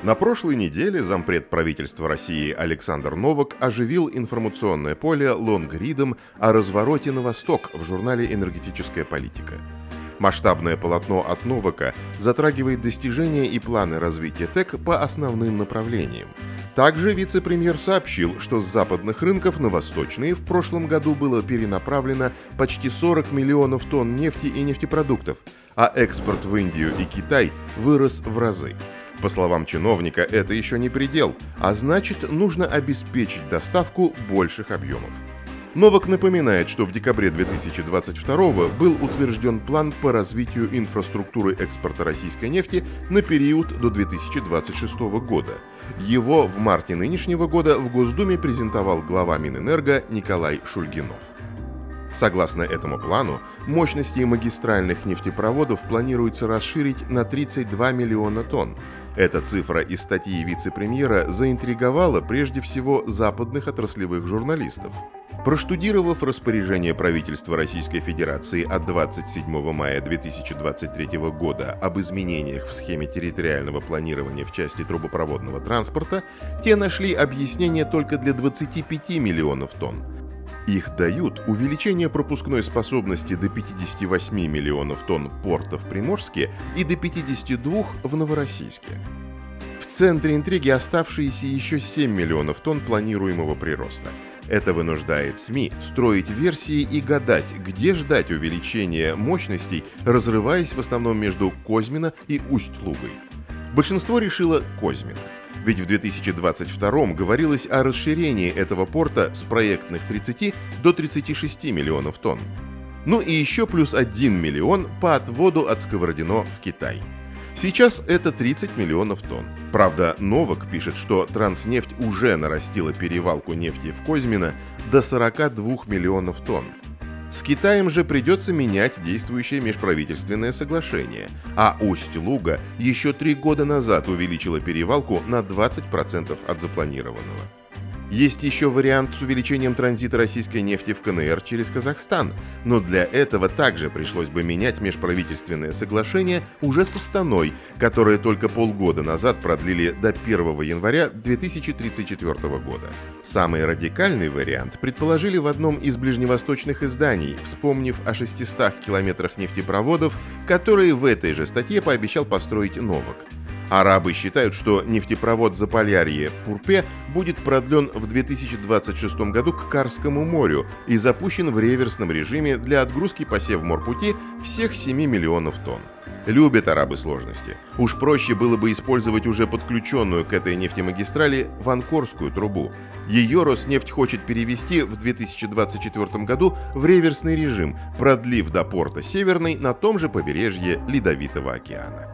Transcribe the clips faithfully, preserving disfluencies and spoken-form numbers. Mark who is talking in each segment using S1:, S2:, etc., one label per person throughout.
S1: На прошлой неделе зампред правительства России Александр Новак оживил информационное поле лонгридом о развороте на восток в журнале «Энергетическая политика». Масштабное полотно от Новака затрагивает достижения и планы развития ТЭК по основным направлениям. Также вице-премьер сообщил, что с западных рынков на восточные в прошлом году было перенаправлено почти сорок миллионов тонн нефти и нефтепродуктов, а экспорт в Индию и Китай вырос в разы. По словам чиновника, это еще не предел, а значит, нужно обеспечить доставку больших объемов. Новак напоминает, что в декабре две тысячи двадцать второго был утвержден план по развитию инфраструктуры экспорта российской нефти на период до две тысячи двадцать шестого года. Его в марте нынешнего года в Госдуме презентовал глава Минэнерго Николай Шульгинов. Согласно этому плану, мощности магистральных нефтепроводов планируется расширить на тридцать два миллиона тонн. Эта цифра из статьи вице-премьера заинтриговала прежде всего западных отраслевых журналистов. Проштудировав распоряжение правительства Российской Федерации от двадцать седьмого мая две тысячи двадцать третьего года об изменениях в схеме территориального планирования в части трубопроводного транспорта, те нашли объяснение только для двадцати пяти миллионов тонн. Их дают увеличение пропускной способности до пятидесяти восьми миллионов тонн порта в Приморске и до пятидесяти двух в Новороссийске. В центре интриги оставшиеся еще семь миллионов тонн планируемого прироста. Это вынуждает СМИ строить версии и гадать, где ждать увеличения мощностей, разрываясь в основном между Козьмино и Усть-Лугой. Большинство решило Козьмино. Ведь в две тысячи двадцать втором говорилось о расширении этого порта с проектных тридцати до тридцати шести миллионов тонн. Ну и еще плюс один миллион по отводу от Сковородино в Китай. Сейчас это тридцать миллионов тонн. Правда, Новак пишет, что Транснефть уже нарастила перевалку нефти в Козьмино до сорока двух миллионов тонн. С Китаем же придется менять действующее межправительственное соглашение, а Усть-Луга еще три года назад увеличила перевалку на двадцать процентов от запланированного. Есть еще вариант с увеличением транзита российской нефти в ка эн эр через Казахстан, но для этого также пришлось бы менять межправительственное соглашение уже с Астаной, которое только полгода назад продлили до первого января две тысячи тридцать четвёртого года. Самый радикальный вариант предположили в одном из ближневосточных изданий, вспомнив о шестистах километрах нефтепроводов, которые в этой же статье пообещал построить Новак. Арабы считают, что нефтепровод Заполярье-Пурпе будет продлен в две тысячи двадцать шестом году к Карскому морю и запущен в реверсном режиме для отгрузки по Севморпути всех семи миллионов тонн. Любят арабы сложности. Уж проще было бы использовать уже подключенную к этой нефтемагистрали Ванкорскую трубу. Ее Роснефть хочет перевести в две тысячи двадцать четвёртом году в реверсный режим, продлив до порта Северный на том же побережье Ледовитого океана.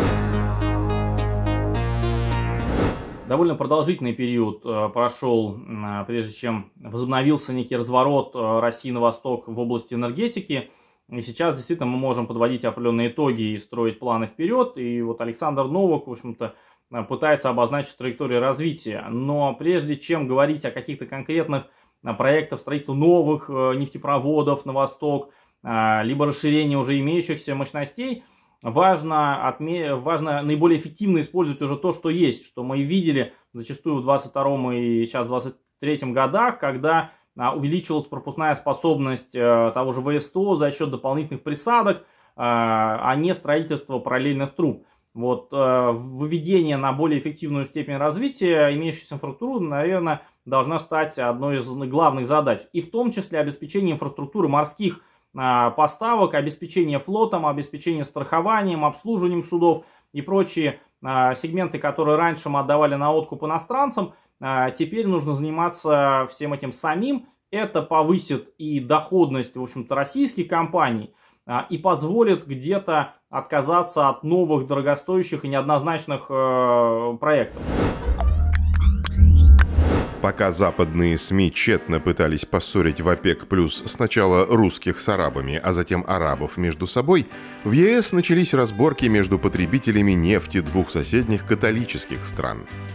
S2: Довольно продолжительный период э, прошел, э, прежде чем возобновился некий разворот э, России на восток в области энергетики. И сейчас действительно мы можем подводить определенные итоги и строить планы вперед. И вот Александр Новак, в общем-то, пытается обозначить траекторию развития. Но прежде чем говорить о каких-то конкретных э, проектах строительства новых э, нефтепроводов на восток, э, либо расширения уже имеющихся мощностей, Важно, отме... Важно наиболее эффективно использовать уже то, что есть, что мы видели зачастую в двадцать втором и сейчас в двадцать третьем годах, когда а, увеличивалась пропускная способность а, того же вэ эс тэ о за счет дополнительных присадок, а, а не строительства параллельных труб. Вот, а, выведение на более эффективную степень развития имеющейся инфраструктуры, наверное, должна стать одной из главных задач. И в том числе обеспечение инфраструктуры морских поставок, обеспечение флотом, обеспечение страхованием, обслуживанием судов и прочие а, сегменты, которые раньше мы отдавали на откуп иностранцам, а, теперь нужно заниматься всем этим самим. Это повысит и доходность, в общем-то, российских компаний а, и позволит где-то отказаться от новых дорогостоящих и неоднозначных а, проектов.
S1: Пока западные СМИ тщетно пытались поссорить в ОПЕК плюс сначала русских с арабами, а затем арабов между собой, в е эс начались разборки между потребителями нефти двух соседних католических стран.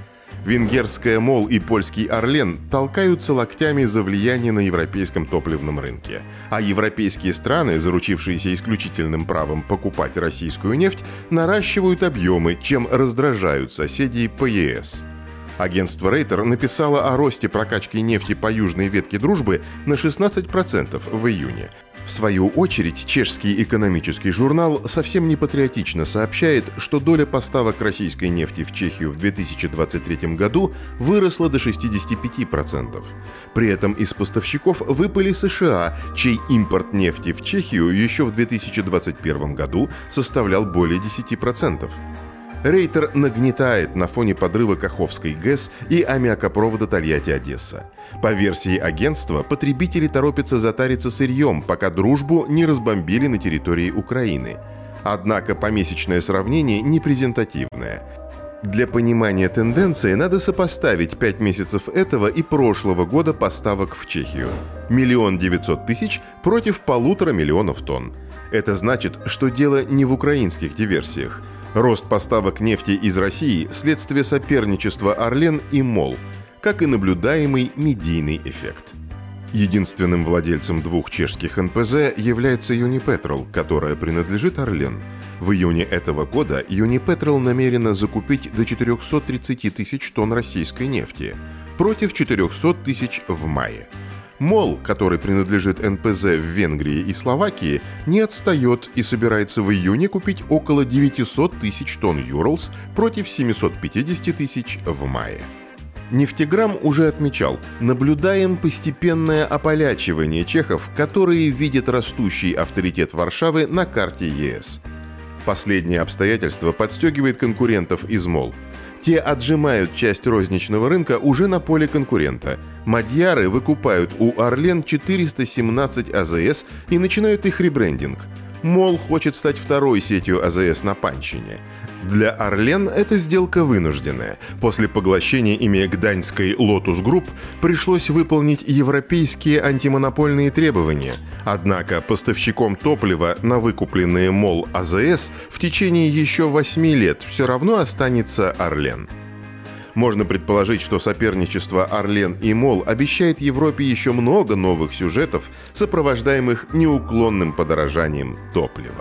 S1: Венгерская МОЛ и польский Орлен толкаются локтями за влияние на европейском топливном рынке. А европейские страны, заручившиеся исключительным правом покупать российскую нефть, наращивают объемы, чем раздражают соседей по ЕС. Агентство Рейтер написало о росте прокачки нефти по южной ветке дружбы на шестнадцать процентов в июне. В свою очередь, чешский экономический журнал совсем не патриотично сообщает, что доля поставок российской нефти в Чехию в две тысячи двадцать третьем году выросла до шестидесяти пяти процентов. При этом из поставщиков выпали США, чей импорт нефти в Чехию еще в две тысячи двадцать первом году составлял более десяти процентов. Рейтер нагнетает на фоне подрыва Каховской ГЭС и аммиакопровода Тольятти-Одесса. По версии агентства, потребители торопятся затариться сырьем, пока дружбу не разбомбили на территории Украины. Однако помесячное сравнение непрезентативное. Для понимания тенденции надо сопоставить пять месяцев этого и прошлого года поставок в Чехию. Миллион девятьсот тысяч против полутора миллионов тонн. Это значит, что дело не в украинских диверсиях. Рост поставок нефти из России – следствие соперничества Орлен и МОЛ, как и наблюдаемый медийный эффект. Единственным владельцем двух чешских эн пэ зэ является Юнипетрол, которая принадлежит Орлен. В июне этого года Юнипетрол намерена закупить до четырехсот тридцати тысяч тонн российской нефти, против четырехсот тысяч в мае. МОЛ, который принадлежит эн пэ зэ в Венгрии и Словакии, не отстает и собирается в июне купить около девятисот тысяч тонн Юрлс против семисот пятидесяти тысяч в мае. Нефтеграмм уже отмечал, наблюдаем постепенное ополячивание чехов, которые видят растущий авторитет Варшавы на карте ЕС. Последнее обстоятельство подстегивает конкурентов из МОЛ. Те отжимают часть розничного рынка уже на поле конкурента. Мадьяры выкупают у Орлен четыреста семнадцать а зэ эс и начинают их ребрендинг. МОЛ хочет стать второй сетью а зэ эс на Панщине. Для Орлен эта сделка вынужденная. После поглощения ими гданьской Lotus Group пришлось выполнить европейские антимонопольные требования. Однако поставщиком топлива на выкупленные МОЛ а зэ эс в течение еще восьми лет все равно останется Орлен. Можно предположить, что соперничество Орлен и МОЛ обещает Европе еще много новых сюжетов, сопровождаемых неуклонным подорожанием топлива.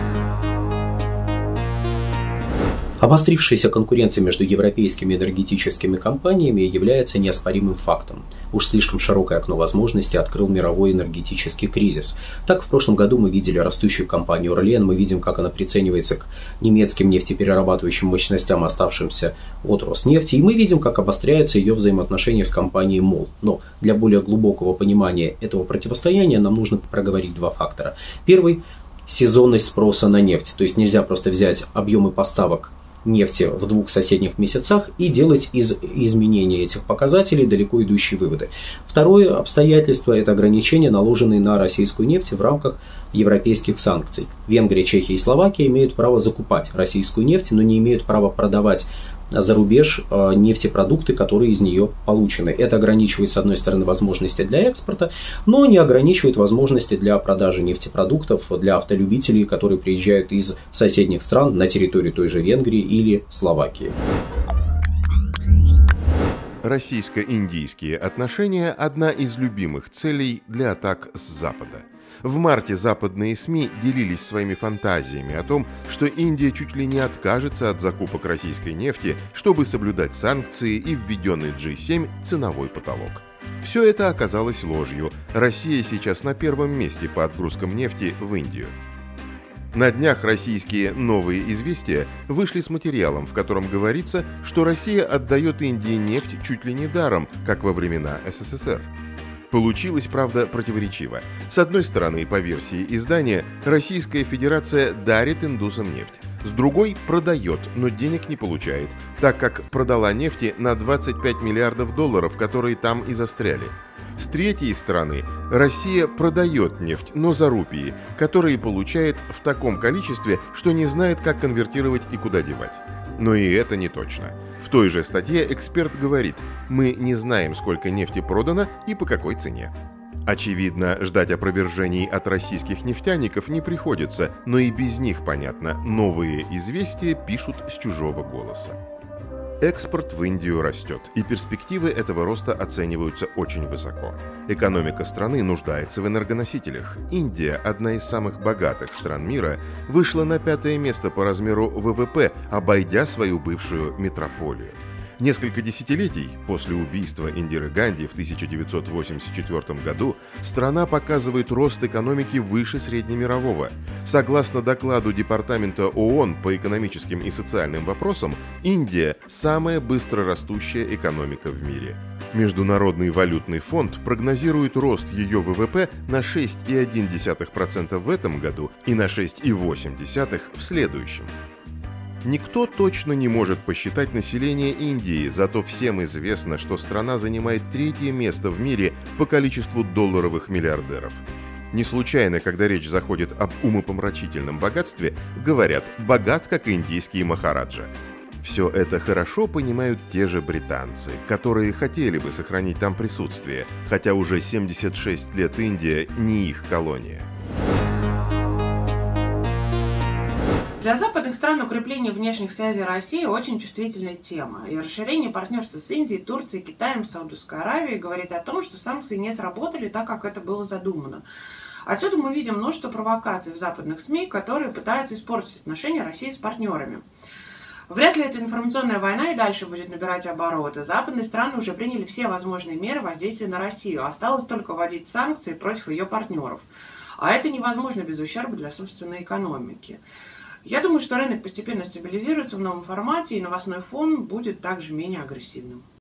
S3: Обострившаяся конкуренция между европейскими энергетическими компаниями является неоспоримым фактом. Уж слишком широкое окно возможностей открыл мировой энергетический кризис. Так, в прошлом году мы видели растущую компанию Орлен, мы видим, как она приценивается к немецким нефтеперерабатывающим мощностям, оставшимся от Роснефти, и мы видим, как обостряются ее взаимоотношения с компанией МОЛ. Но для более глубокого понимания этого противостояния нам нужно проговорить два фактора. Первый – сезонность спроса на нефть. То есть нельзя просто взять объемы поставок нефти в двух соседних месяцах и делать из изменения этих показателей далеко идущие выводы. Второе обстоятельство – это ограничения, наложенные на российскую нефть в рамках европейских санкций. Венгрия, Чехия и Словакия имеют право закупать российскую нефть, но не имеют права продавать за рубеж нефтепродукты, которые из нее получены. Это ограничивает, с одной стороны, возможности для экспорта, но не ограничивает возможности для продажи нефтепродуктов для автолюбителей, которые приезжают из соседних стран на территорию той же Венгрии или Словакии.
S1: Российско-индийские отношения – одна из любимых целей для атак с Запада. В марте западные СМИ делились своими фантазиями о том, что Индия чуть ли не откажется от закупок российской нефти, чтобы соблюдать санкции и введенный джи семь ценовой потолок. Все это оказалось ложью. Россия сейчас на первом месте по отгрузкам нефти в Индию. На днях российские «Новые известия» вышли с материалом, в котором говорится, что Россия отдает Индии нефть чуть ли не даром, как во времена эс эс эс эр. Получилось, правда, противоречиво. С одной стороны, по версии издания, Российская Федерация дарит индусам нефть. С другой – продает, но денег не получает, так как продала нефти на двадцать пять миллиардов долларов, которые там и застряли. С третьей стороны, Россия продает нефть, но за рупии, которые получает в таком количестве, что не знает, как конвертировать и куда девать. Но и это не точно. В той же статье эксперт говорит: мы не знаем, сколько нефти продано и по какой цене. Очевидно, ждать опровержений от российских нефтяников не приходится, но и без них понятно, новые известия пишут с чужого голоса. Экспорт в Индию растет, и перспективы этого роста оцениваются очень высоко. Экономика страны нуждается в энергоносителях. Индия, одна из самых богатых стран мира, вышла на пятое место по размеру вэ вэ пэ, обойдя свою бывшую метрополию. Несколько десятилетий после убийства Индиры Ганди в тысяча девятьсот восемьдесят четвёртом году страна показывает рост экономики выше среднемирового. Согласно докладу Департамента ООН по экономическим и социальным вопросам, Индия – самая быстрорастущая экономика в мире. Международный валютный фонд прогнозирует рост ее вэ вэ пэ на шесть целых одна десятая процента в этом году и на шесть целых восемь десятых процента в следующем. Никто точно не может посчитать население Индии, зато всем известно, что страна занимает третье место в мире по количеству долларовых миллиардеров. Не случайно, когда речь заходит об умопомрачительном богатстве, говорят «богат, как индийский махараджа». Все это хорошо понимают те же британцы, которые хотели бы сохранить там присутствие, хотя уже семьдесят шесть лет Индия не их колония.
S4: Для западных стран укрепление внешних связей России очень чувствительная тема. И расширение партнерства с Индией, Турцией, Китаем, Саудовской Аравией говорит о том, что санкции не сработали так, как это было задумано. Отсюда мы видим множество провокаций в западных СМИ, которые пытаются испортить отношения России с партнерами. Вряд ли эта информационная война и дальше будет набирать обороты. Западные страны уже приняли все возможные меры воздействия на Россию. Осталось только вводить санкции против ее партнеров. А это невозможно без ущерба для собственной экономики. Я думаю, что рынок постепенно стабилизируется в новом формате, и новостной фон будет также менее агрессивным.